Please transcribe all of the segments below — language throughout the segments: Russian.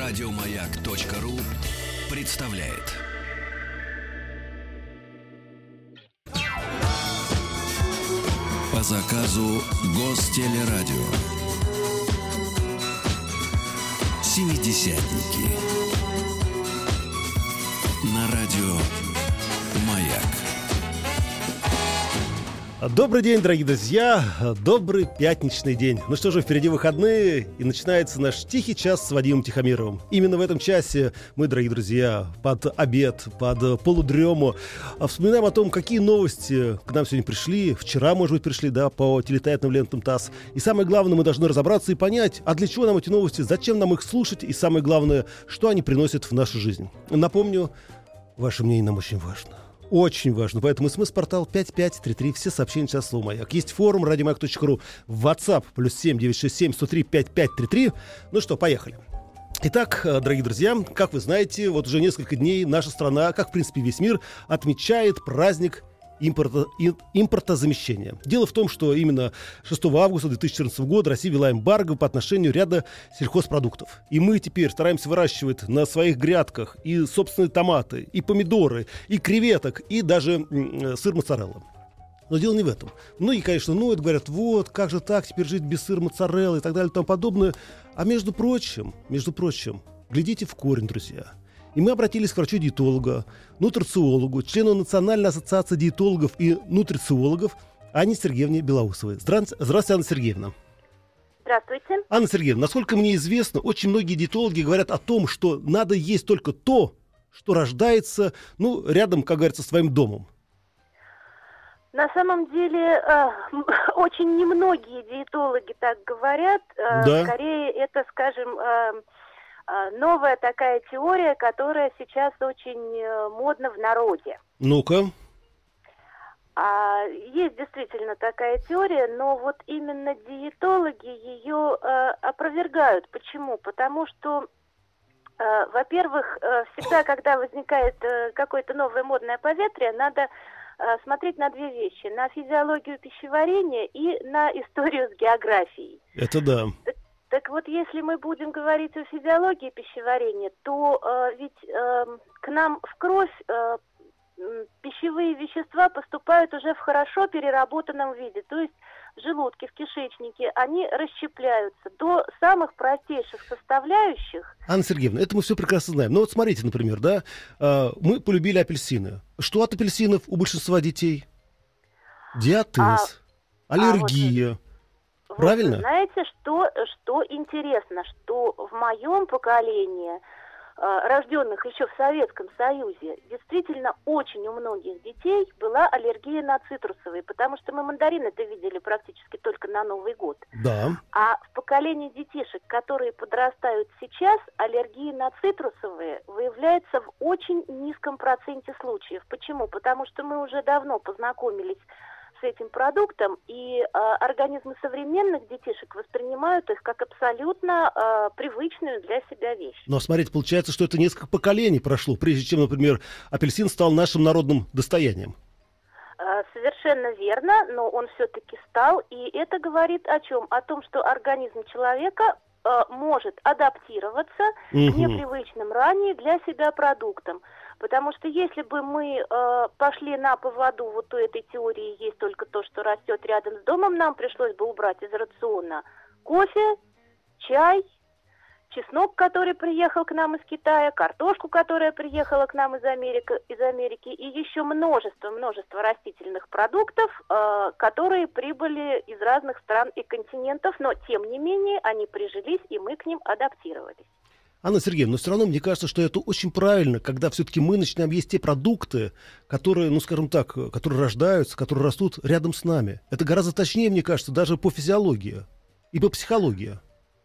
Радиомаяк.ру представляет. По заказу Гостелерадио. Семидесятники. На радио Маяк. Добрый день, дорогие друзья, добрый пятничный день. Ну что же, впереди выходные, и начинается наш тихий час с Вадимом Тихомировым. Именно в этом часе мы, дорогие друзья, под обед, под полудрему вспоминаем о том, какие новости к нам сегодня пришли, вчера, может быть, пришли, да, по телетайтным лентам ТАСС. И самое главное, мы должны разобраться и понять, а для чего нам эти новости, зачем нам их слушать, и самое главное, что они приносят в нашу жизнь. Напомню, ваше мнение нам очень важно. Очень важно, поэтому СМС-портал 5533, все сообщения сейчас слово «Маяк». Есть форум радиомаяк.ру, WhatsApp +7 967 103 5533. Ну что, поехали. Итак, дорогие друзья, как вы знаете, вот уже несколько дней наша страна, как в принципе весь мир, отмечает праздник импортозамещения. Дело в том, что именно 6 августа 2014 года Россия ввела эмбарго по отношению ряда сельхозпродуктов. И мы теперь стараемся выращивать на своих грядках и собственные томаты, и помидоры, и креветок, и даже сыр моцарелла. Но дело не в этом. Многие, конечно, ноют, говорят, вот, как же так, теперь жить без сыра моцареллы и так далее и тому подобное. А между прочим, глядите в корень, друзья. И мы обратились к врачу-диетолога, нутрициологу, члену Национальной ассоциации диетологов и нутрициологов Анне Сергеевне Белоусовой. Здравствуйте, Анна Сергеевна. Здравствуйте. Анна Сергеевна, насколько мне известно, очень многие диетологи говорят о том, что надо есть только то, что рождается, рядом, как говорится, с своим домом. На самом деле, очень немногие диетологи так говорят. Да. Скорее, это, скажем, новая такая теория, которая сейчас очень модна в народе. Ну-ка. Есть действительно такая теория, но вот именно диетологи ее опровергают. Почему? Потому что, во-первых, всегда, когда возникает какое-то новое модное поветрие, надо смотреть на две вещи: на физиологию пищеварения и на историю с географией. Это да. Так вот, если мы будем говорить о физиологии пищеварения, то ведь к нам в кровь пищевые вещества поступают уже в хорошо переработанном виде, то есть в желудке, в кишечнике, они расщепляются до самых простейших составляющих. Анна Сергеевна, это мы все прекрасно знаем. Но вот смотрите, например, да, мы полюбили апельсины. Что от апельсинов у большинства детей? Диатез, аллергия. Правильно? Вы знаете, что интересно, что в моем поколении, рожденных еще в Советском Союзе, действительно очень у многих детей была аллергия на цитрусовые, потому что мы мандарины-то видели практически только на Новый год. Да. А в поколении детишек, которые подрастают сейчас, аллергия на цитрусовые выявляется в очень низком проценте случаев. Почему? Потому что мы уже давно познакомились с этим продуктом, и организмы современных детишек воспринимают их как абсолютно привычную для себя вещь. Но смотрите, получается, что это несколько поколений прошло, прежде чем, например, апельсин стал нашим народным достоянием. Совершенно верно, но он все-таки стал, и это говорит о чем? О том, что организм человека может адаптироваться к непривычным ранее для себя продуктам. Потому что если бы мы пошли на поводу вот у этой теории «есть только то, что растет рядом с домом», нам пришлось бы убрать из рациона кофе, чай, чеснок, который приехал к нам из Китая, картошку, которая приехала к нам из Америки, и еще множество растительных продуктов, которые прибыли из разных стран и континентов, но тем не менее они прижились, и мы к ним адаптировались. Анна Сергеевна, но все равно мне кажется, что это очень правильно, когда все-таки мы начинаем есть те продукты, которые, скажем так, которые рождаются, которые растут рядом с нами. Это гораздо точнее, мне кажется, даже по физиологии и по психологии.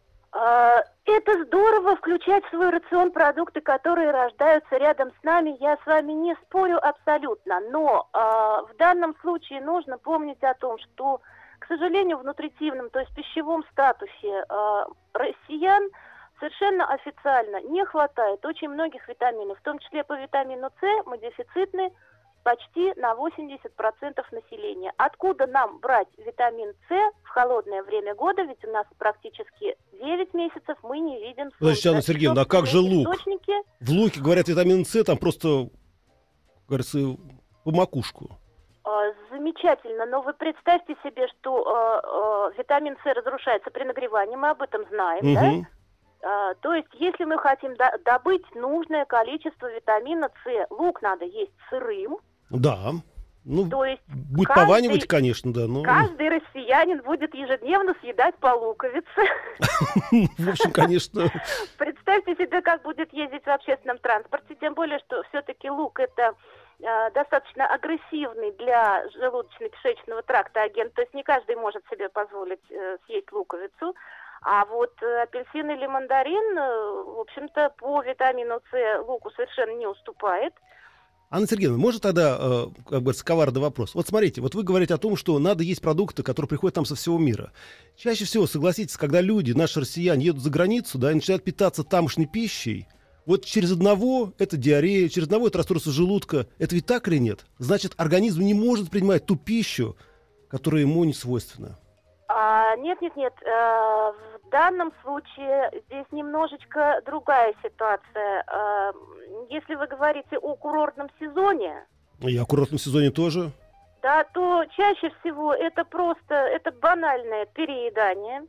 Это здорово включать в свой рацион продукты, которые рождаются рядом с нами. Я с вами не спорю абсолютно, но в данном случае нужно помнить о том, что, к сожалению, в нутритивном, то есть пищевом статусе россиян совершенно официально не хватает очень многих витаминов, в том числе по витамину С мы дефицитны почти на 80% населения. Откуда нам брать витамин С в холодное время года? Ведь у нас практически 9 месяцев мы не видим солнца. Подождите, Анна Сергеевна, а как же лук? Источники... В луке, говорят, витамин С там просто, кажется, по макушку. Замечательно, но вы представьте себе, что витамин С разрушается при нагревании, мы об этом знаем, да? То есть, если мы хотим добыть нужное количество витамина С, лук надо есть сырым. Да. Ну, то есть будет пованивать, конечно, да. Но... Каждый россиянин будет ежедневно съедать по луковице. В общем, конечно. Представьте себе, как будет ездить в общественном транспорте, тем более, что все-таки лук это достаточно агрессивный для желудочно-кишечного тракта агент, то есть не каждый может себе позволить съесть луковицу. А вот апельсин или мандарин, в общем-то, по витамину С луку совершенно не уступает. Анна Сергеевна, может тогда, как бы, коварный вопрос? Вот смотрите, вот вы говорите о том, что надо есть продукты, которые приходят там со всего мира. Чаще всего, согласитесь, когда люди, наши россияне, едут за границу, да, и начинают питаться тамошней пищей, вот через одного это диарея, через одного это расстройство желудка. Это ведь так или нет? Значит, организм не может принимать ту пищу, которая ему не свойственна. Нет. В данном случае здесь немножечко другая ситуация. Если вы говорите о курортном сезоне... И о курортном сезоне тоже? Да, то чаще всего это банальное переедание.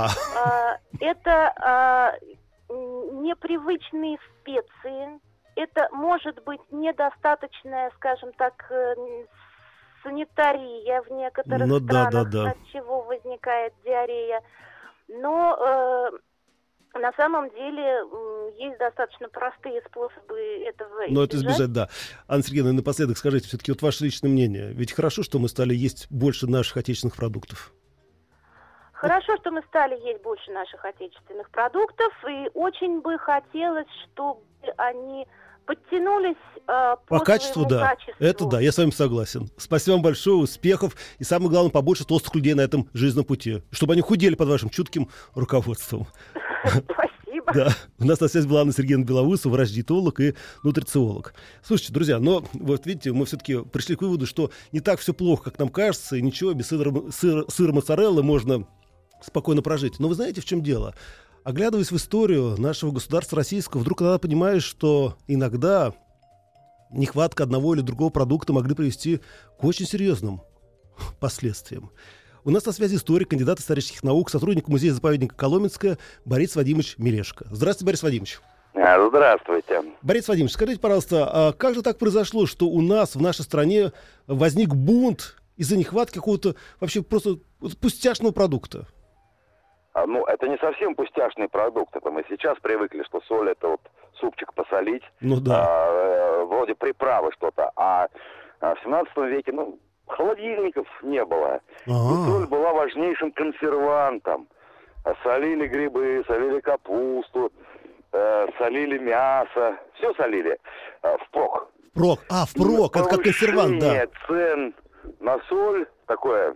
Это непривычные специи. Это может быть недостаточная, скажем так, санитария в некоторых странах, от чего возникает диарея. Но на самом деле есть достаточно простые способы этого избежать. Но это избежать, да. Анна Сергеевна, напоследок скажите, все-таки вот ваше личное мнение. Ведь хорошо, что мы стали есть больше наших отечественных продуктов? Хорошо, что мы стали есть больше наших отечественных продуктов, и очень бы хотелось, чтобы они подтянулись по качеству, да. качеству. Это да, я с вами согласен. Спасибо вам большое, успехов, и самое главное, побольше толстых людей на этом жизненном пути, чтобы они худели под вашим чутким руководством. Спасибо. Да. У нас на связи была Анна Сергеевна Белоусова, врач-диетолог и нутрициолог. Слушайте, друзья, но вот видите, мы все-таки пришли к выводу, что не так все плохо, как нам кажется, и ничего, без сыра моцареллы можно спокойно прожить. Но вы знаете, в чем дело? Оглядываясь в историю нашего государства российского, вдруг иногда понимаешь, что иногда нехватка одного или другого продукта могли привести к очень серьезным последствиям. У нас на связи историк, кандидат исторических наук, сотрудник музея-заповедника Коломенское Борис Вадимович Мелешко. Здравствуйте, Борис Вадимович. Здравствуйте. Борис Вадимович, скажите, пожалуйста, а как же так произошло, что у нас, в нашей стране, возник бунт из-за нехватки какого-то вообще просто пустяшного продукта? Это не совсем пустяшный продукт. Это мы сейчас привыкли, что соль — это вот супчик посолить. Ну да. Вроде приправы что-то. А в 17 веке, холодильников не было. И соль была важнейшим консервантом. Солили грибы, солили капусту, солили мясо. Все солили впрок. Впрок, это как консервант, да. Цен на соль такое...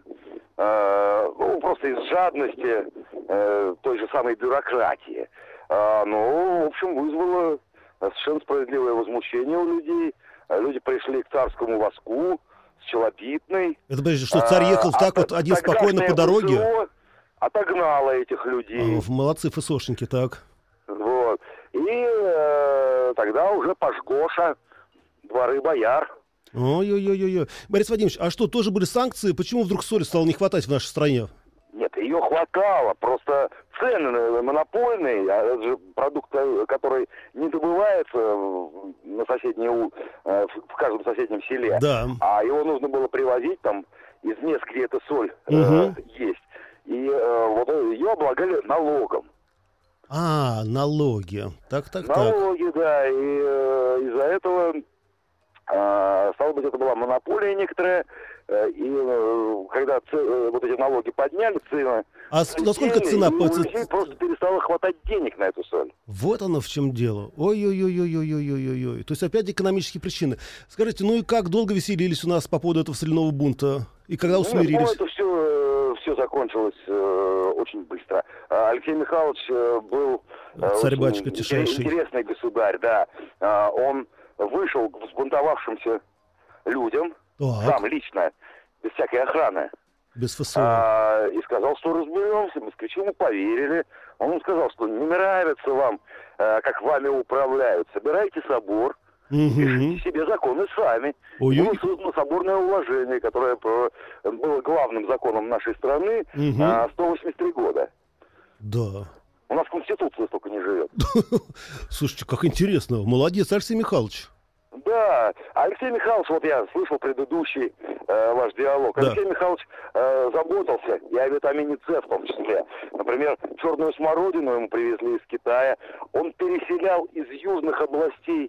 просто из жадности той же самой бюрократии. В общем, вызвало совершенно справедливое возмущение у людей. Люди пришли к царскому воску с челобитной. Это подожди, что царь ехал так вот один спокойно по дороге? ФСО отогнало этих людей. Молодцы ФСОшники, так. Вот. И тогда уже пожгоша дворы бояр. Ой-ой-ой-ой. Борис Вадимович, а что, тоже были санкции? Почему вдруг соли стало не хватать в нашей стране? Нет, ее хватало. Просто цены монопольные. Это же продукт, который не добывается на в каждом соседнем селе. Да. А его нужно было привозить там из мест, где эта соль есть. И вот ее облагали налогом. Налоги. Так. Налоги, да. И из-за этого... стало быть, это была монополия некоторая, и когда вот эти налоги подняли, цены... насколько цена... У людей просто перестало хватать денег на эту соль. Вот оно в чем дело. Ой-ой-ой-ой-ой-ой-ой-ой. То есть опять экономические причины. Скажите, и как долго веселились у нас по поводу этого соляного бунта? И когда усмирились? Это все закончилось очень быстро. Алексей Михайлович был царь-батюшка тишайший. Интересный государь, да. Он вышел к взбунтовавшимся людям, Так. сам лично, без всякой охраны. Без ФСО. И сказал, что разберемся. Москвичи ему поверили. Он им сказал, что не нравится вам, как вами управляют. Собирайте собор, пишите себе законы сами. Ой-ой. Было создано соборное уложение, которое было главным законом нашей страны 183 года. Да. У нас Конституция столько не живет. Слушайте, как интересно. Молодец, Алексей Михайлович. Да, Алексей Михайлович, вот я слышал предыдущий ваш диалог. Да. Алексей Михайлович заботился и о витамине С в том числе. Например, черную смородину ему привезли из Китая. Он переселял из южных областей,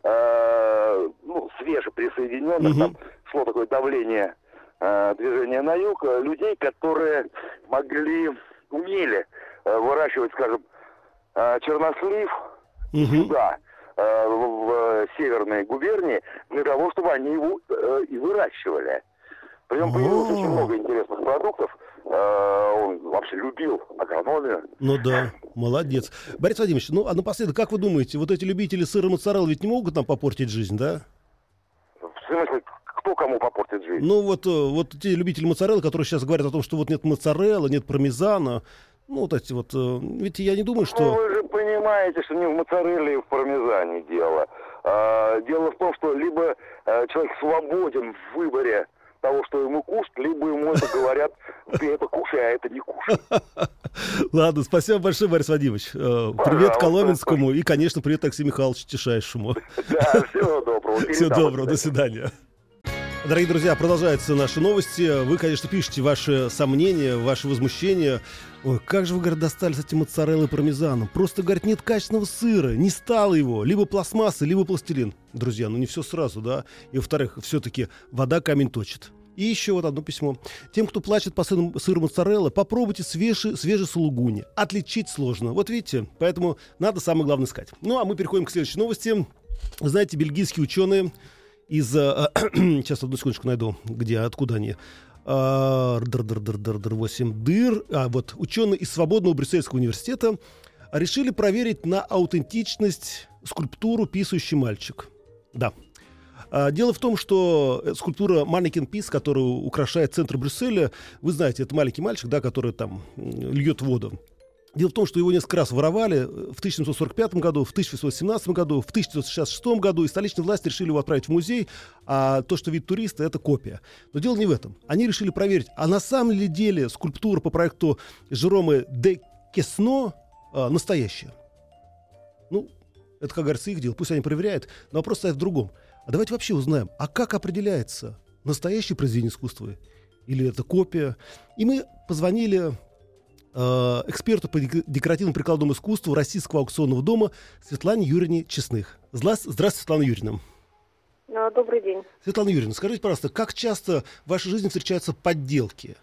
свежеприсоединенных, там шло такое давление движения на юг, людей, которые умели выращивать, скажем, чернослив сюда, в северной губернии, для того, чтобы они его и выращивали. Причем появилось очень много интересных продуктов. Он вообще любил агрономию. Ну да, молодец. Борис Владимирович, ну а напоследок, как вы думаете, вот эти любители сыра моцарелла ведь не могут нам попортить жизнь, да? В смысле, кто кому попортит жизнь? Ну вот те любители моцареллы, которые сейчас говорят о том, что вот нет моцарелла, нет пармезана, ну вот эти вот, ведь я не думаю, что... Ну вы же понимаете, что не в моцарелле и в пармезане дело. Дело в том, что либо человек свободен в выборе того, что ему кушать, либо ему это говорят, ты это кушай, а это не кушай. Ладно, спасибо большое, Борис Владимирович. Привет Коломенскому и, конечно, привет Алексею Михайловичу Тишайшему. Да, всего доброго. Всего доброго, до свидания. Дорогие друзья, продолжаются наши новости. Вы, конечно, пишете ваши сомнения, ваши возмущения. Ой, как же вы, говорят, достали с этим моцареллой и пармезаном? Просто, говорят, нет качественного сыра, не стало его. Либо пластмасса, либо пластилин. Друзья, ну не все сразу, да? И, во-вторых, все-таки вода камень точит. И еще вот одно письмо. Тем, кто плачет по сыру моцарелла, попробуйте свежий сулугуни. Отличить сложно. Вот видите, поэтому надо самое главное искать. Ну, а мы переходим к следующей новости. Вы знаете, бельгийские ученые из... Сейчас, одну секундочку найду, откуда они. 8 дыр. Вот ученые из Свободного Брюссельского университета решили проверить на аутентичность скульптуру «Писающий мальчик». Да. Дело в том, что скульптура Манекен Пис, которая украшает центр Брюсселя, вы знаете, это маленький мальчик, да, который там льет воду. Дело в том, что его несколько раз воровали в 1745 году, в 1817 году, в 1966 году, и столичные власти решили его отправить в музей, а то, что видит туриста, это копия. Но дело не в этом. Они решили проверить, а на самом ли деле скульптура по проекту Жероме де Кесно настоящая. Ну, это, как говорится, их дело, пусть они проверяют, но вопрос стоит в другом. А давайте вообще узнаем, а как определяется настоящее произведение искусства или это копия? И мы позвонили эксперту по декоративно-прикладному искусству Российского аукционного дома Светлане Юрьевне Честных. Здравствуйте, Светлана Юрьевна. Добрый день. Светлана Юрьевна, скажите, пожалуйста, как часто в вашей жизни встречаются подделки?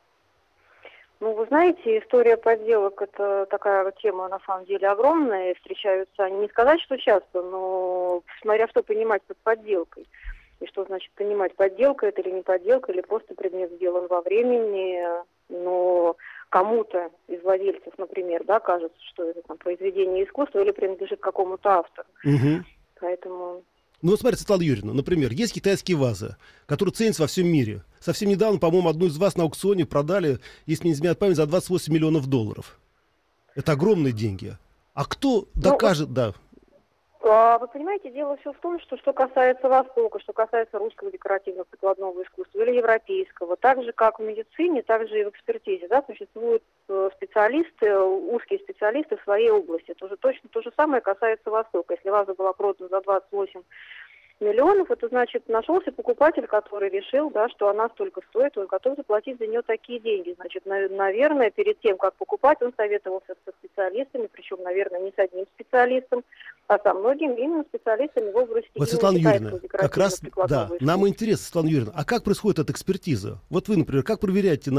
Ну, вы знаете, история подделок – это такая тема, на самом деле, огромная. Встречаются они, не сказать, что часто, но смотря что понимать под подделкой. И что значит понимать, подделка это или не подделка, или просто предмет сделан во времени, но кому-то из владельцев, например, да, кажется, что это там произведение искусства или принадлежит какому-то автору. Поэтому... Ну вот смотрите, Светлана Юрьевна, например, есть китайские вазы, которые ценятся во всем мире. Совсем недавно, по-моему, одну из вас на аукционе продали, если мне не изменяет память, за $28 миллионов. Это огромные деньги. А кто докажет, да? Вы понимаете, дело все в том, что касается Востока, что касается русского декоративно-прикладного искусства или европейского, так же, как в медицине, так же и в экспертизе, да, существуют специалисты, узкие специалисты в своей области. Точно то же самое касается Востока. Если ваза была продана за 28 миллионов, это значит, нашелся покупатель, который решил, да, что она столько стоит, он готов заплатить за нее такие деньги. Значит, наверное, перед тем, как покупать, он советовался со специалистами, причем, наверное, не с одним специалистом, а со многими именно специалистами в области... Вот, Светлана Юрьевна, как раз, да, нам интересно, Светлана Юрьевна, а как происходит эта экспертиза? Вот вы, например, как проверяете,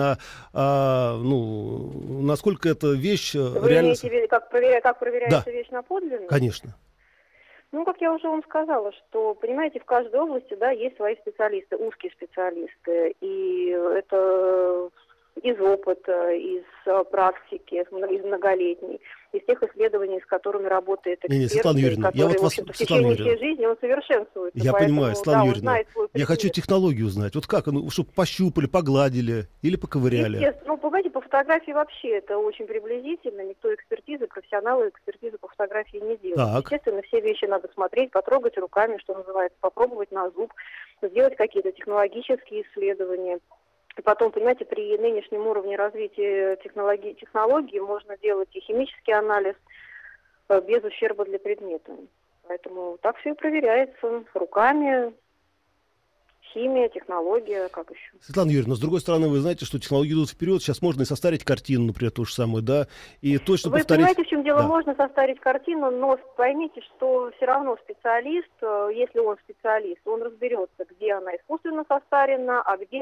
насколько эта вещь реально... Вы имеете, как проверяется да. вещь на подлинность? Конечно. Ну, как я уже вам сказала, что, понимаете, в каждой области, да, есть свои специалисты, узкие специалисты, и это из опыта, из практики, из многолетней, из тех исследований, с которыми работает эксперт, Светлана Юрьевна, который, в общем-то, в течение всей жизни он совершенствуется. Я понимаю, Светлана Юрьевна, я хочу предмет. технологию узнать. Вот как, чтобы пощупали, погладили или поковыряли? Естественно. Понимаете, по фотографии вообще это очень приблизительно. Никто профессионалы экспертизы по фотографии не делают. Так. Естественно, все вещи надо смотреть, потрогать руками, что называется, попробовать на зуб, сделать какие-то технологические исследования. И потом, понимаете, при нынешнем уровне развития технологий можно делать и химический анализ без ущерба для предмета. Поэтому так все и проверяется руками. Химия, технология, как еще? Светлана Юрьевна, с другой стороны, вы знаете, что технологии идут вперед. Сейчас можно и состарить картину, например, ту же самую, да, и точно Вы повторить... понимаете, в чем дело? Да. Можно состарить картину, но поймите, что все равно специалист, если он специалист, он разберется, где она искусственно состарена, а где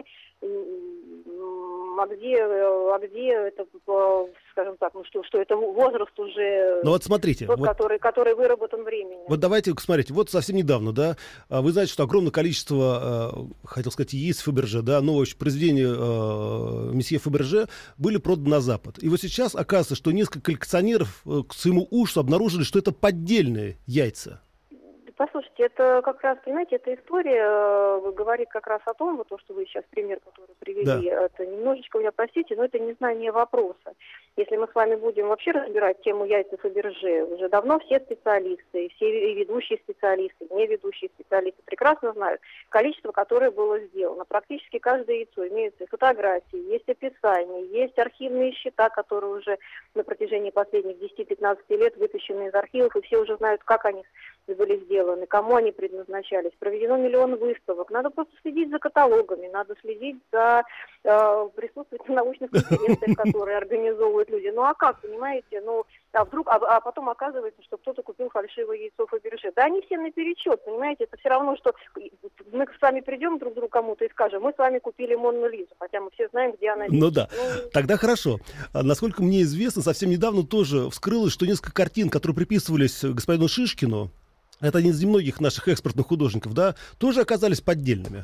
это, скажем так, что это возраст уже Ну вот смотрите. тот, который выработан временем. Вот давайте, смотрите, вот совсем недавно, да, вы знаете, что огромное количество, хотел сказать, яиц Фаберже, да, но произведения месье Фаберже были проданы на Запад. И вот сейчас оказывается, что несколько коллекционеров к своему ужасу обнаружили, что это поддельные яйца. Послушайте, это как раз, понимаете, эта история говорит как раз о том, вот то, что вы сейчас пример, который привели, Да. это немножечко, меня простите, но это незнание вопроса. Если мы с вами будем вообще разбирать тему яйца Фаберже, уже давно все специалисты, все и ведущие специалисты, не ведущие специалисты прекрасно знают количество, которое было сделано. Практически каждое яйцо имеются фотографии, есть описание, есть архивные счета, которые уже на протяжении последних 10-15 лет вытащены из архивов, и все уже знают, как они были сделаны, кому они предназначались. Проведено миллион выставок. Надо просто следить за каталогами, надо следить за присутствием на научных конференциях, которые организовывают люди. Ну а как, понимаете? А потом оказывается, что кто-то купил фальшивое яйцо Фаберже. Да они все наперечет, понимаете? Это все равно, что мы с вами придем друг к другу кому-то и скажем, мы с вами купили Монну Лизу, хотя мы все знаем, где она есть. Ну да, тогда хорошо. Насколько мне известно, совсем недавно тоже вскрылось, что несколько картин, которые приписывались господину Шишкину, это один из немногих наших экспортных художников, да, тоже оказались поддельными.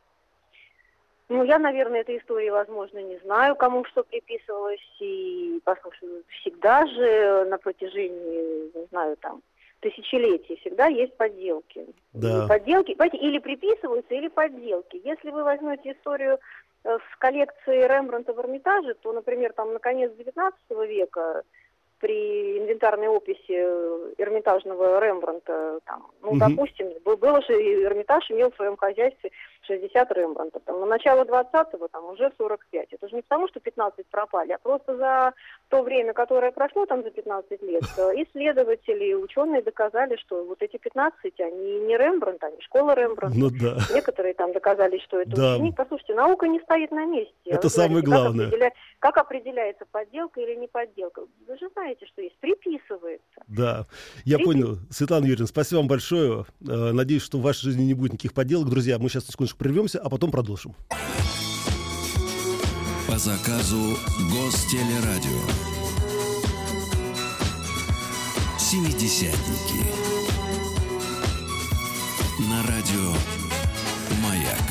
Я, наверное, этой истории, возможно, не знаю, кому что приписывалось. И, послушайте, всегда же на протяжении, не знаю, тысячелетий всегда есть подделки. Да. И подделки, понимаете, или приписываются, или подделки. Если вы возьмете историю с коллекции Рембрандта в Эрмитаже, то, например, на конец XIX века при инвентарной описи Эрмитажного Рембрандта, допустим, было же Эрмитаж имел в своем хозяйстве 60 Рембрандтов. На начало 20-го уже 45. Это же не потому, что 15 пропали, а просто за то время, которое прошло за 15 лет, исследователи, ученые доказали, что вот эти 15, они не Рембрандт, они школа Рембрандта. Ну да. Некоторые доказали, что это Да. ученик. Послушайте, наука не стоит на месте. Это самое главное. Как определяется подделка или не подделка? Вы же знаете, что есть. Приписывается. Да, я понял. Светлана Юрьевна, спасибо вам большое. Надеюсь, что в вашей жизни не будет никаких подделок. Друзья, мы сейчас секундочку прервемся, а потом продолжим. По заказу Гостелерадио. Семидесятники. На радио «Маяк».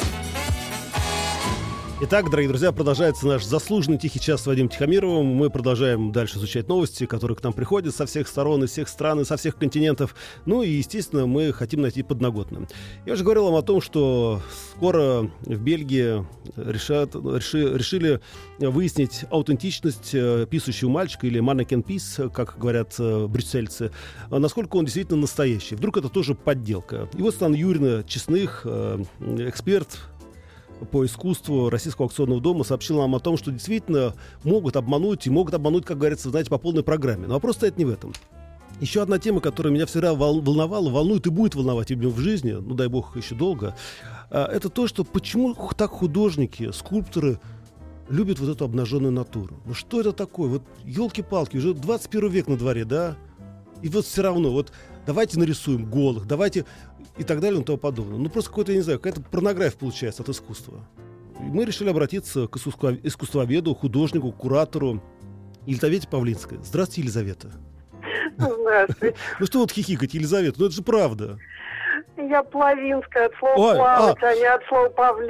Итак, дорогие друзья, продолжается наш заслуженный тихий час с Вадимом Тихомировым. Мы продолжаем дальше изучать новости, которые к нам приходят со всех сторон, из всех стран, и со всех континентов. Ну и, естественно, мы хотим найти подноготную. Я уже говорил вам о том, что скоро в Бельгии решили выяснить аутентичность писающего мальчика, или манекен пис, как говорят брюссельцы, насколько он действительно настоящий. Вдруг это тоже подделка. И вот Светлана Юрьевна Честных, эксперт по искусству Российского аукционного дома, сообщил нам о том, что действительно могут обмануть, как говорится, знаете, по полной программе. Но вопрос стоит не в этом. Еще одна тема, которая меня всегда волновала, волнует и будет волновать именно в жизни, ну дай бог еще долго, это то, что почему так художники, скульпторы любят вот эту обнаженную натуру. Ну что это такое? Вот елки-палки, уже 21 век на дворе, да? И вот все равно, вот давайте нарисуем голых, давайте и так далее и тому подобное. Ну просто какой-то, я не знаю, какая-то порнография получается от искусства. И мы решили обратиться к искусствоведу, художнику, куратору Елизавете Павлинской. Здравствуйте, Елизавета. Здравствуйте. Ну что вот хихикать, Елизавета, ну это же правда. Я Плавинская, от слова плавать, а не от слова павлин.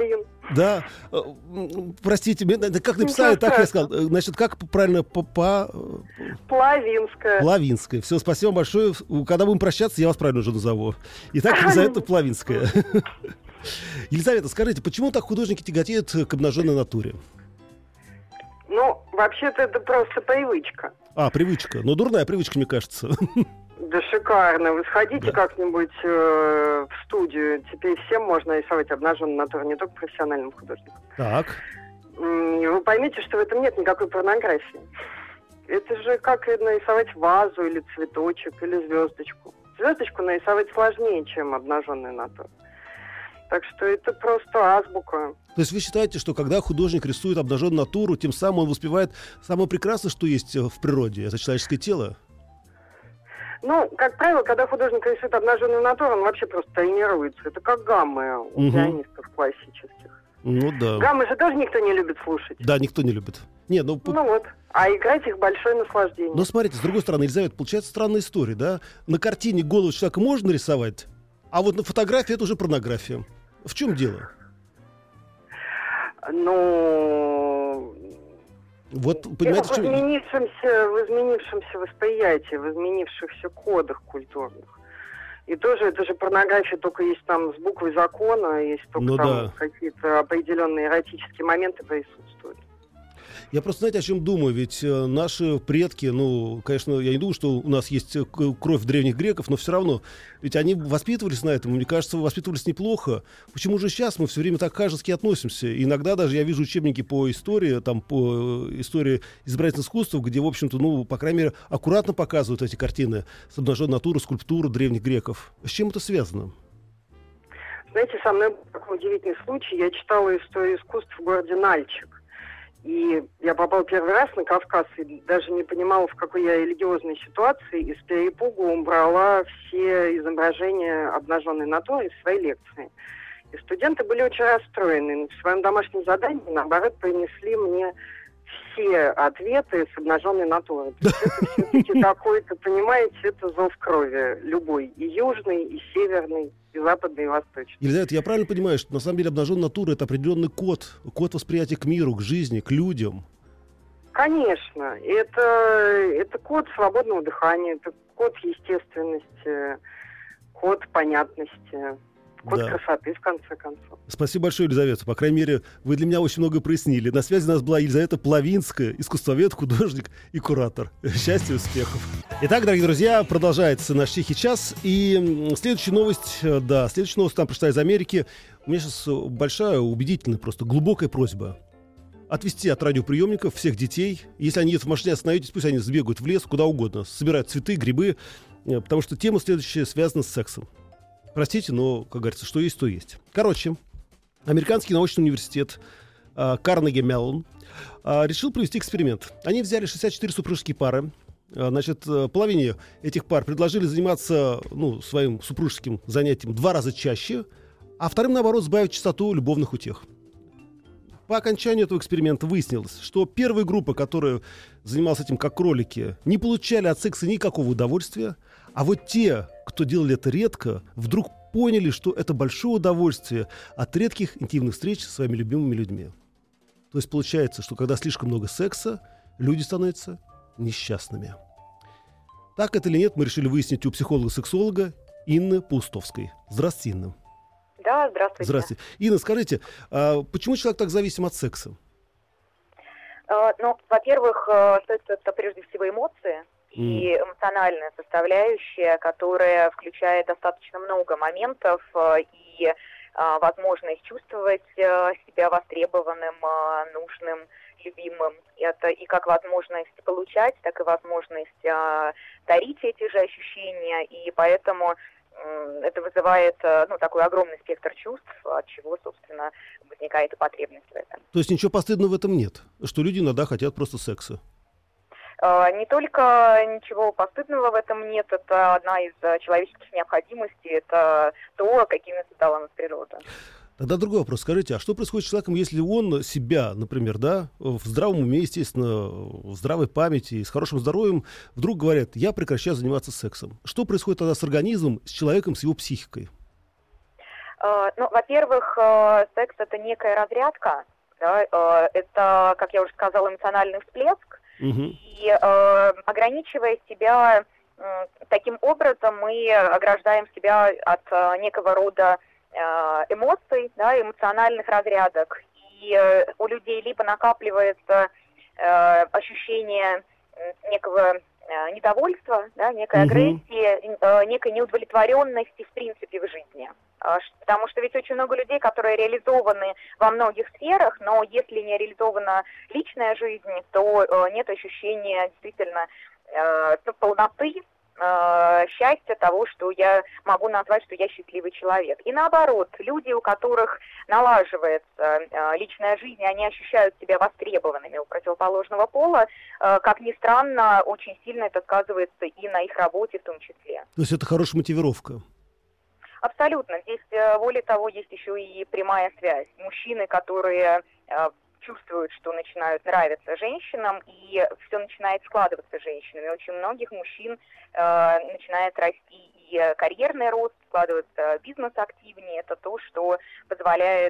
Да. Простите, как написали, так я сказал. Значит, как правильно? Плавинская. Плавинская. Все, спасибо большое. Когда будем прощаться, я вас правильно уже назову. Итак, Елизавета Плавинская. Елизавета, скажите, почему так художники тяготеют к обнаженной натуре? Ну, вообще-то это просто привычка. Привычка. Но дурная привычка, мне кажется. Да шикарно. Вы сходите как-нибудь в студию. Теперь всем можно рисовать обнаженную натуру, не только профессиональным художникам. Так. И вы поймете, что в этом нет никакой порнографии. Это же как нарисовать вазу или цветочек, или звездочку. Звездочку нарисовать сложнее, чем обнаженную натуру. Так что это просто азбука. То есть вы считаете, что когда художник рисует обнаженную натуру, тем самым он воспевает самое прекрасное, что есть в природе? Это человеческое тело? Ну, как правило, когда художник рисует обнаженную натуру, он вообще просто тренируется. Это как гаммы у пианистов классических. Ну да. Гаммы же тоже никто не любит слушать. Да, никто не любит. Ну вот. А играть их большое наслаждение. Но смотрите, с другой стороны, Елизавета, получается странная история, да? На картине голову человека можно рисовать, а вот на фотографии это уже порнография. В чем дело? Ну... Вот, понимаете, в изменившемся восприятии, в изменившихся кодах культурных. И тоже это же порнография, только есть там с буквой закона, есть только какие-то определенные эротические моменты присутствуют. Я просто, знаете, о чем думаю? Ведь наши предки, конечно, я не думаю, что у нас есть кровь древних греков, но все равно, ведь они воспитывались на этом, мне кажется, воспитывались неплохо. Почему же сейчас мы все время так ханжески относимся? Иногда даже я вижу учебники по истории, по истории изобразительного искусства, где, в общем-то, по крайней мере, аккуратно показывают эти картины с обнаженной натуры, скульптуру древних греков. С чем это связано? Знаете, со мной был такой удивительный случай. Я читала историю искусств в городе Нальчик. И я попала первый раз на Кавказ и даже не понимала, в какой я религиозной ситуации, и с перепугу убрала все изображения обнаженной натуры из своей лекции. И студенты были очень расстроены. В своем домашнем задании, наоборот, принесли мне все ответы с обнаженной натуры. То есть это все-таки какой-то, понимаете, это зов крови. Любой. И южный, и северный, и западный, и восточный. Елизавета, я правильно понимаю, что на самом деле обнаженная натура — это определенный код восприятия к миру, к жизни, к людям? Конечно. Это код свободного дыхания, это код естественности, код понятности. Код красоты, в конце концов. Спасибо большое, Елизавета. По крайней мере, вы для меня очень много прояснили. На связи у нас была Елизавета Плавинская, искусствовед, художник и куратор. Счастья и успехов. Итак, дорогие друзья, продолжается наш тихий час. И следующая новость нам пришла из Америки. У меня сейчас большая, убедительная, просто глубокая просьба. Отвезти от радиоприемников всех детей. Если они едут в машине, остановитесь, пусть они сбегают в лес, куда угодно. Собирают цветы, грибы. Потому что тема следующая связана с сексом. Простите, но, как говорится, что есть, то есть. Короче, американский научный университет Карнеги Меллон решил провести эксперимент. Они взяли 64 супружеские пары. Значит, половине этих пар предложили заниматься своим супружеским занятием 2 раза чаще, а вторым, наоборот, сбавить частоту любовных утех. По окончанию этого эксперимента выяснилось, что первая группа, которая занималась этим как кролики, не получали от секса никакого удовольствия, а вот те, кто делали это редко, вдруг поняли, что это большое удовольствие от редких интимных встреч со своими любимыми людьми. То есть получается, что когда слишком много секса, люди становятся несчастными. Так это или нет, мы решили выяснить у психолога-сексолога Инны Паустовской. Здравствуйте, Инна. Да, здравствуйте. Здравствуйте. Инна, скажите, почему человек так зависим от секса? Во-первых, это прежде всего эмоции и эмоциональная составляющая, которая включает достаточно много моментов и возможность чувствовать себя востребованным, нужным, любимым. Это и как возможность получать, так и возможность дарить эти же ощущения, и поэтому это вызывает такой огромный спектр чувств, от чего, собственно, возникает и потребность в этом. То есть ничего постыдного в этом нет? Что люди иногда хотят просто секса? Не только ничего постыдного в этом нет, это одна из человеческих необходимостей, это то, какими создала нас природа. Тогда другой вопрос. Скажите, а что происходит с человеком, если он себя, например, в здравом уме, естественно, в здравой памяти, с хорошим здоровьем, вдруг говорят, я прекращаю заниматься сексом? Что происходит тогда с организмом, с человеком, с его психикой? Во-первых, секс — это некая разрядка, да, это, как я уже сказала, эмоциональный всплеск, и ограничивая себя таким образом, мы ограждаем себя от некого рода эмоций, да, эмоциональных разрядок, и у людей либо накапливается ощущение некого недовольства, да, некой агрессии, некой неудовлетворенности в принципе в жизни. Потому что ведь очень много людей, которые реализованы во многих сферах, но если не реализована личная жизнь, то нет ощущения действительно полноты, счастья того, что я могу назвать, что я счастливый человек. И наоборот, люди, у которых налаживается личная жизнь, они ощущают себя востребованными у противоположного пола, как ни странно, очень сильно это сказывается и на их работе в том числе. То есть это хорошая мотивировка? Абсолютно. Здесь, более того, есть еще и прямая связь. Мужчины, которые чувствуют, что начинают нравиться женщинам, и все начинает складываться женщинами. Очень многих мужчин начинает расти и карьерный рост, складывается бизнес активнее. Это то, что позволяет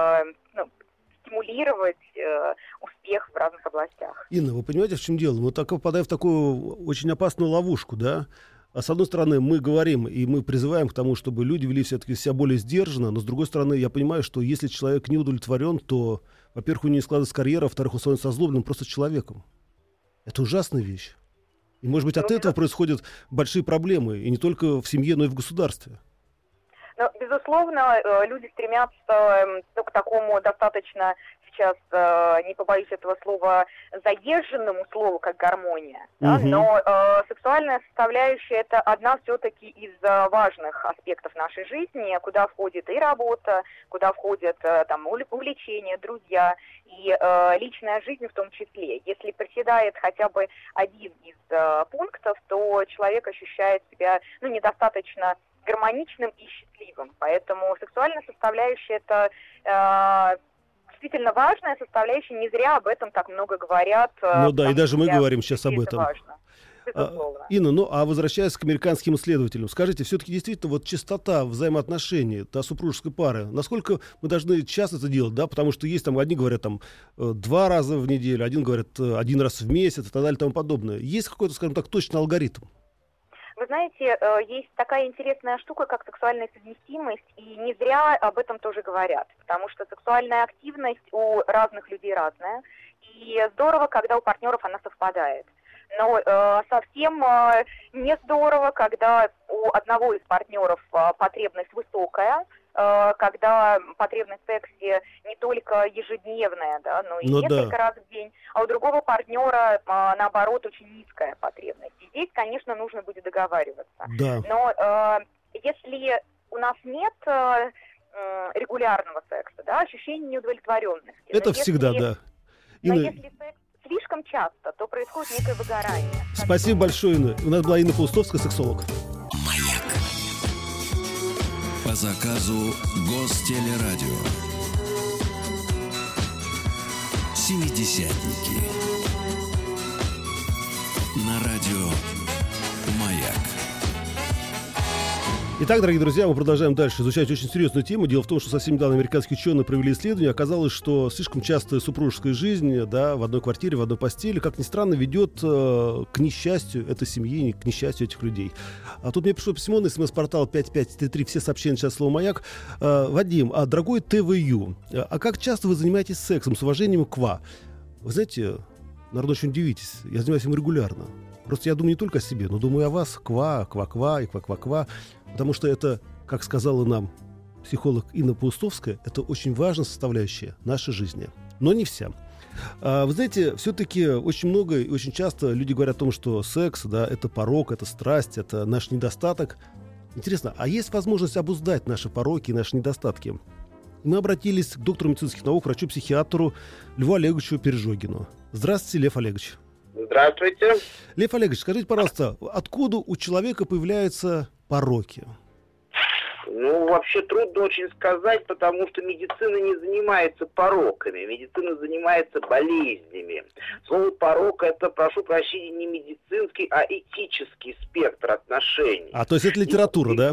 стимулировать успех в разных областях. Инна, вы понимаете, в чем дело? Мы так попадаем в такую очень опасную ловушку, да? А с одной стороны, мы говорим и мы призываем к тому, чтобы люди вели все-таки себя более сдержанно, но с другой стороны, я понимаю, что если человек не удовлетворен, то, во-первых, у него не складывается карьера, а во-вторых, он становится озлобленным просто человеком. Это ужасная вещь. И, может быть, от этого происходят большие проблемы, и не только в семье, но и в государстве. Ну, безусловно, люди стремятся к такому достаточно сейчас, не побоюсь этого слова, заезженному слову, как гармония. Да? Но сексуальная составляющая — это одна все-таки из важных аспектов нашей жизни, куда входит и работа, куда входят там увлечения, друзья и личная жизнь в том числе. Если проседает хотя бы один из пунктов, то человек ощущает себя недостаточно гармоничным и счастливым. Поэтому сексуальная составляющая — это действительно важная составляющая. Не зря об этом так много говорят. Ну да, и даже мы говорим сейчас об этом. Важно. Инна, а возвращаясь к американским исследователям, скажите, все-таки действительно вот частота взаимоотношений супружеской пары, насколько мы должны часто это делать, да, потому что есть там, одни говорят 2 раза в неделю, один говорит 1 раз в месяц и так далее и тому подобное. Есть какой-то, скажем так, точный алгоритм? Вы знаете, есть такая интересная штука, как сексуальная совместимость, и не зря об этом тоже говорят, потому что сексуальная активность у разных людей разная, и здорово, когда у партнеров она совпадает. Но совсем не здорово, когда у одного из партнеров потребность высокая, когда потребность в сексе не только ежедневная, да, но и несколько раз в день, а у другого партнера, наоборот, очень низкая потребность. И здесь, конечно, нужно будет договариваться. Да. Но если у нас нет регулярного секса, да, ощущение неудовлетворенности. Это всегда, да. Но если секс слишком часто, то происходит некое выгорание. Спасибо большое, Инна. У нас была Инна Паустовская, сексолог. Маяк. По заказу Гостелерадио. Семидесятники. На радио Маяк. Итак, дорогие друзья, мы продолжаем дальше изучать очень серьезную тему. Дело в том, что совсем недавно американские ученые провели исследование. Оказалось, что слишком часто супружеская жизнь, да, в одной квартире, в одной постели, как ни странно, ведет к несчастью этой семьи, к несчастью этих людей. А тут мне пришло письмо на СМС-портал 5533, все сообщения сейчас слово «Маяк». Вадим, дорогой ТВЮ, а как часто вы занимаетесь сексом? С уважением, Ква. Вы знаете, наверное, очень удивитесь, я занимаюсь им регулярно. Просто я думаю не только о себе, но думаю о вас. Ква, ква-ква и ква-ква-ква. Потому что это, как сказала нам психолог Инна Паустовская, это очень важная составляющая нашей жизни. Но не вся. Вы знаете, все-таки очень много и очень часто люди говорят о том, что секс, да, это порок, это страсть, это наш недостаток. Интересно, а есть возможность обуздать наши пороки и наши недостатки? Мы обратились к доктору медицинских наук, врачу-психиатру Льву Олеговичу Пережогину. Здравствуйте, Лев Олегович. Здравствуйте. Лев Олегович, скажите, пожалуйста, откуда у человека появляются пороки? Ну, вообще трудно очень сказать, потому что медицина не занимается пороками, медицина занимается болезнями. Слово порок — это, прошу прощения, не медицинский, а этический спектр отношений. То есть это литература, да?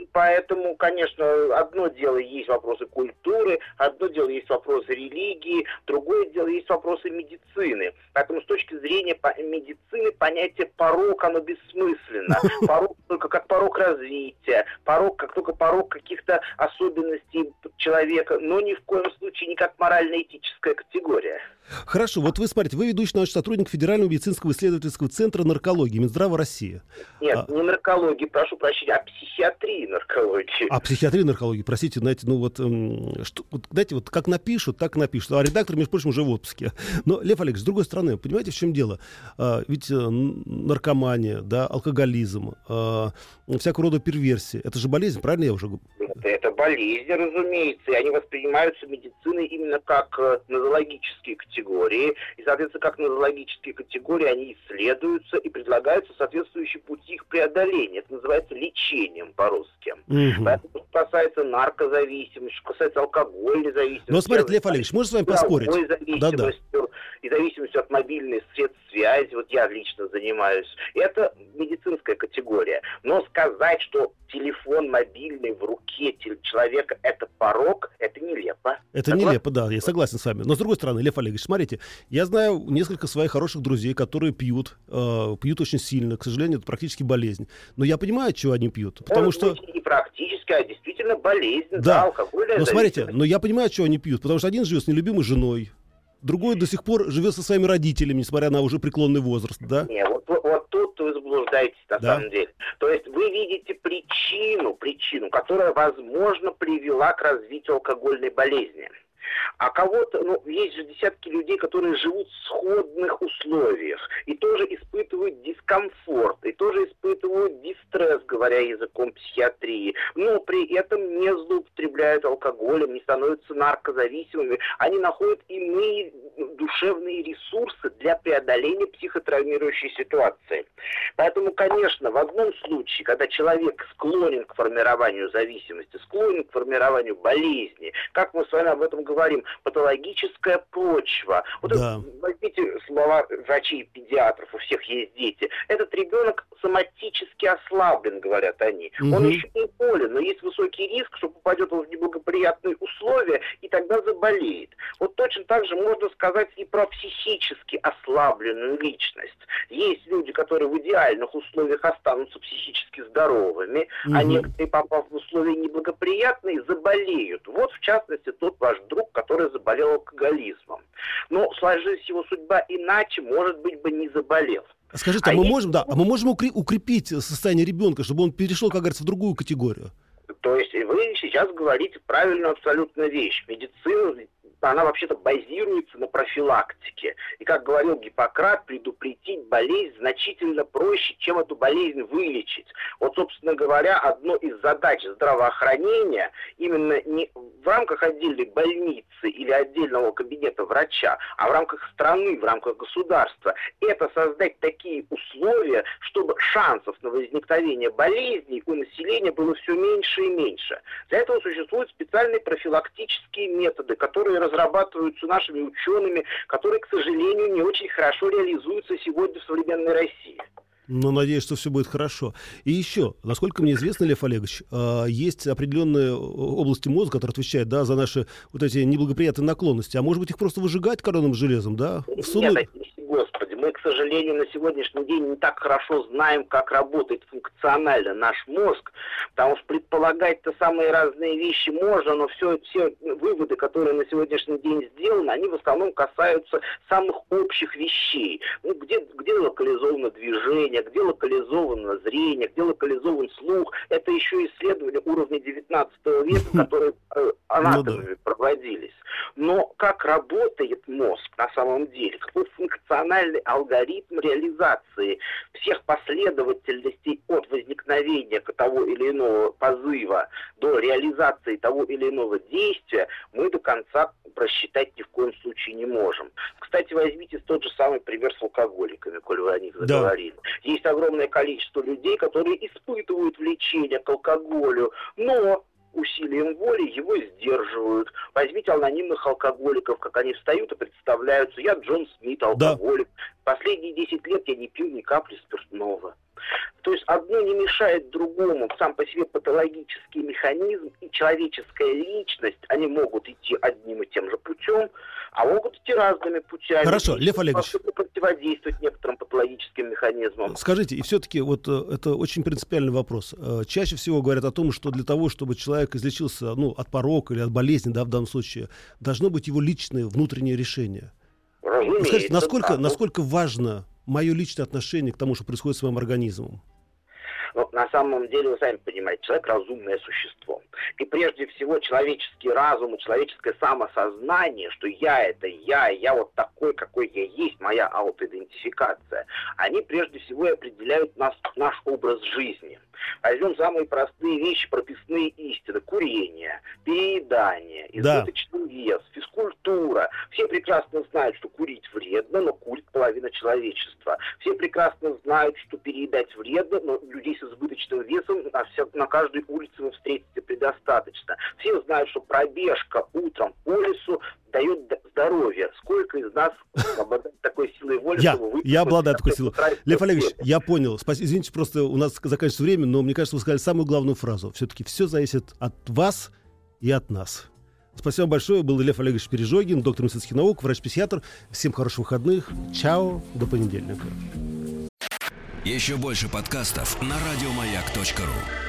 поэтому, конечно, одно дело есть вопросы культуры, одно дело есть вопросы религии, другое дело есть вопросы медицины. Поэтому с точки зрения медицины понятие порок, оно бессмысленно. Порок только как порок развития, порок как только порок каких-то особенностей человека, но ни в коем случае не как морально-этическая категория. Хорошо, вот вы смотрите, вы ведущий научный сотрудник Федерального медицинского исследовательского центра наркологии Минздрава России. Нет, не наркологии, прошу прощения, а психиатрии наркологии. А психиатрии наркологии, простите, знаете, ну вот, знаете, вот как напишут, так напишут. А редактор, между прочим, уже в отпуске. Но, Лев Олегович, с другой стороны, понимаете, в чем дело? Ведь наркомания, да, алкоголизм, всякого рода перверсии, это же болезнь, правильно я уже говорю? Это болезни, разумеется, и они воспринимаются медициной именно как нозологические категории, и, соответственно, как нозологические категории они исследуются и предлагаются соответствующие пути их преодоления. Это называется лечением по-русски. Поэтому, что касается наркозависимости, что касается алкогольной зависимости... Но смотрите, Лев Олегович, можно с вами поспорить? Да-да. И зависимостью от мобильных средств связи, вот я лично занимаюсь, это медицинская категория. Но сказать, что телефон мобильный в руке человека это порок, это нелепо. Это нелепо, да, я согласен с вами. Но с другой стороны, Лев Олегович, смотрите, я знаю несколько своих хороших друзей, которые пьют очень сильно, к сожалению, это практически болезнь. Но я понимаю, от чего они пьют, потому что... Не практически, а действительно болезнь, да, алкогольная но зависимость. Смотрите, но я понимаю, от чего они пьют, потому что один живет с нелюбимой женой, другой до сих пор живет со своими родителями, несмотря на уже преклонный возраст, да? Не, вот тут вы заблуждаетесь на самом деле. То есть вы видите причину, которая, возможно, привела к развитию алкогольной болезни. А кого-то, есть же десятки людей, которые живут в сходных условиях и тоже испытывают дискомфорт, и тоже испытывают дистресс, говоря языком психиатрии, но при этом не злоупотребляют алкоголем, не становятся наркозависимыми. Они находят иные душевные ресурсы для преодоления психотравмирующей ситуации. Поэтому, конечно, в одном случае, когда человек склонен к формированию зависимости, склонен к формированию болезни, как мы с вами об этом говорим, патологическая почва. Вот да. Возьмите слова врачей и педиатров, у всех есть дети. Этот ребенок соматически ослаблен, говорят они. Он еще не болен, но есть высокий риск, что попадет он в неблагоприятные условия и тогда заболеет. Вот точно так же можно сказать и про психически ослабленную личность. Есть люди, которые в идеальных условиях останутся психически здоровыми, а некоторые, попав в условия неблагоприятные, заболеют. Вот, в частности, тот ваш друг, который заболел алкоголизмом. Но сложилась его судьба иначе, может быть, бы не заболел. Скажите, мы можем укрепить состояние ребенка, чтобы он перешел, как говорится, в другую категорию? То есть вы сейчас говорите правильную абсолютно вещь. Медицина, она вообще-то базируется на профилактике. И, как говорил Гиппократ, предупредить болезнь значительно проще, чем эту болезнь вылечить. Вот, собственно говоря, одно из задач здравоохранения именно не в рамках отдельной больницы или отдельного кабинета врача, а в рамках страны, в рамках государства, это создать такие условия, чтобы шансов на возникновение болезней у населения было все меньше и меньше. Для этого существуют специальные профилактические методы, которые разрабатываются нашими учеными, которые, к сожалению, не очень хорошо реализуются сегодня в современной России. Ну, надеюсь, что все будет хорошо. И еще, насколько мне известно, Лев Олегович, есть определенные области мозга, которые отвечают, да, за наши вот эти неблагоприятные наклонности. А может быть, их просто выжигать каленым железом, да? Нет, господи, мы, к сожалению, на сегодняшний день не так хорошо знаем, как работает функционально наш мозг, потому что предполагать-то самые разные вещи можно, но все выводы, которые на сегодняшний день сделаны, они в основном касаются самых общих вещей. Где локализовано движение, где локализовано зрение, где локализован слух. Это еще исследования уровня 19 века, которые анатомами проводились. Но как работает мозг на самом деле, какой функциональный алгоритм реализации всех последовательностей от возникновения того или иного позыва до реализации того или иного действия, мы до конца просчитать ни в коем случае не можем. Кстати, возьмите тот же самый пример с алкоголиками, коль вы о них заговорили. Да. Есть огромное количество людей, которые испытывают влечение к алкоголю, но усилием воли его сдерживают. Возьмите анонимных алкоголиков, как они встают и представляются. Я Джон Смит, алкоголик. Да. Последние 10 лет я не пил ни капли спиртного. То есть одно не мешает другому. Сам по себе патологический механизм и человеческая личность, они могут идти одним и тем же путем, а могут идти разными путями. Хорошо, Лев Олегович. Противодействовать некоторым патологическим механизмам. Скажите, и все-таки вот это очень принципиальный вопрос. Чаще всего говорят о том, что для того, чтобы человек излечился от порока или от болезни, да, в данном случае, должно быть его личное внутреннее решение. Разумеется, скажите, насколько важно мое личное отношение к тому, что происходит с моим организмом? Но на самом деле, вы сами понимаете, человек разумное существо. И прежде всего человеческий разум и человеческое самосознание, что я это я вот такой, какой я есть, моя аутоидентификация, они прежде всего определяют наш образ жизни. Возьмем самые простые вещи, прописные истины. Курение, переедание, избыточный вес, физкультура. Все прекрасно знают, что курить вредно, но курит половина человечества. Все прекрасно знают, что переедать вредно, но людей с избыточным весом на каждой улице вы встретите предостаточно. Все знают, что пробежка утром по лесу дает здоровье. Сколько из нас обладает такой силой воли, чтобы выйти? Я обладаю такой силой. Лев Олегович, я понял. Извините, просто у нас заканчивается время, но мне кажется, вы сказали самую главную фразу. Все-таки все зависит от вас и от нас. Спасибо большое. Был Лев Олегович Пережогин, доктор медицинских наук, врач-психиатр. Всем хороших выходных. Чао. До понедельника. Еще больше подкастов на радиомаяк.ру.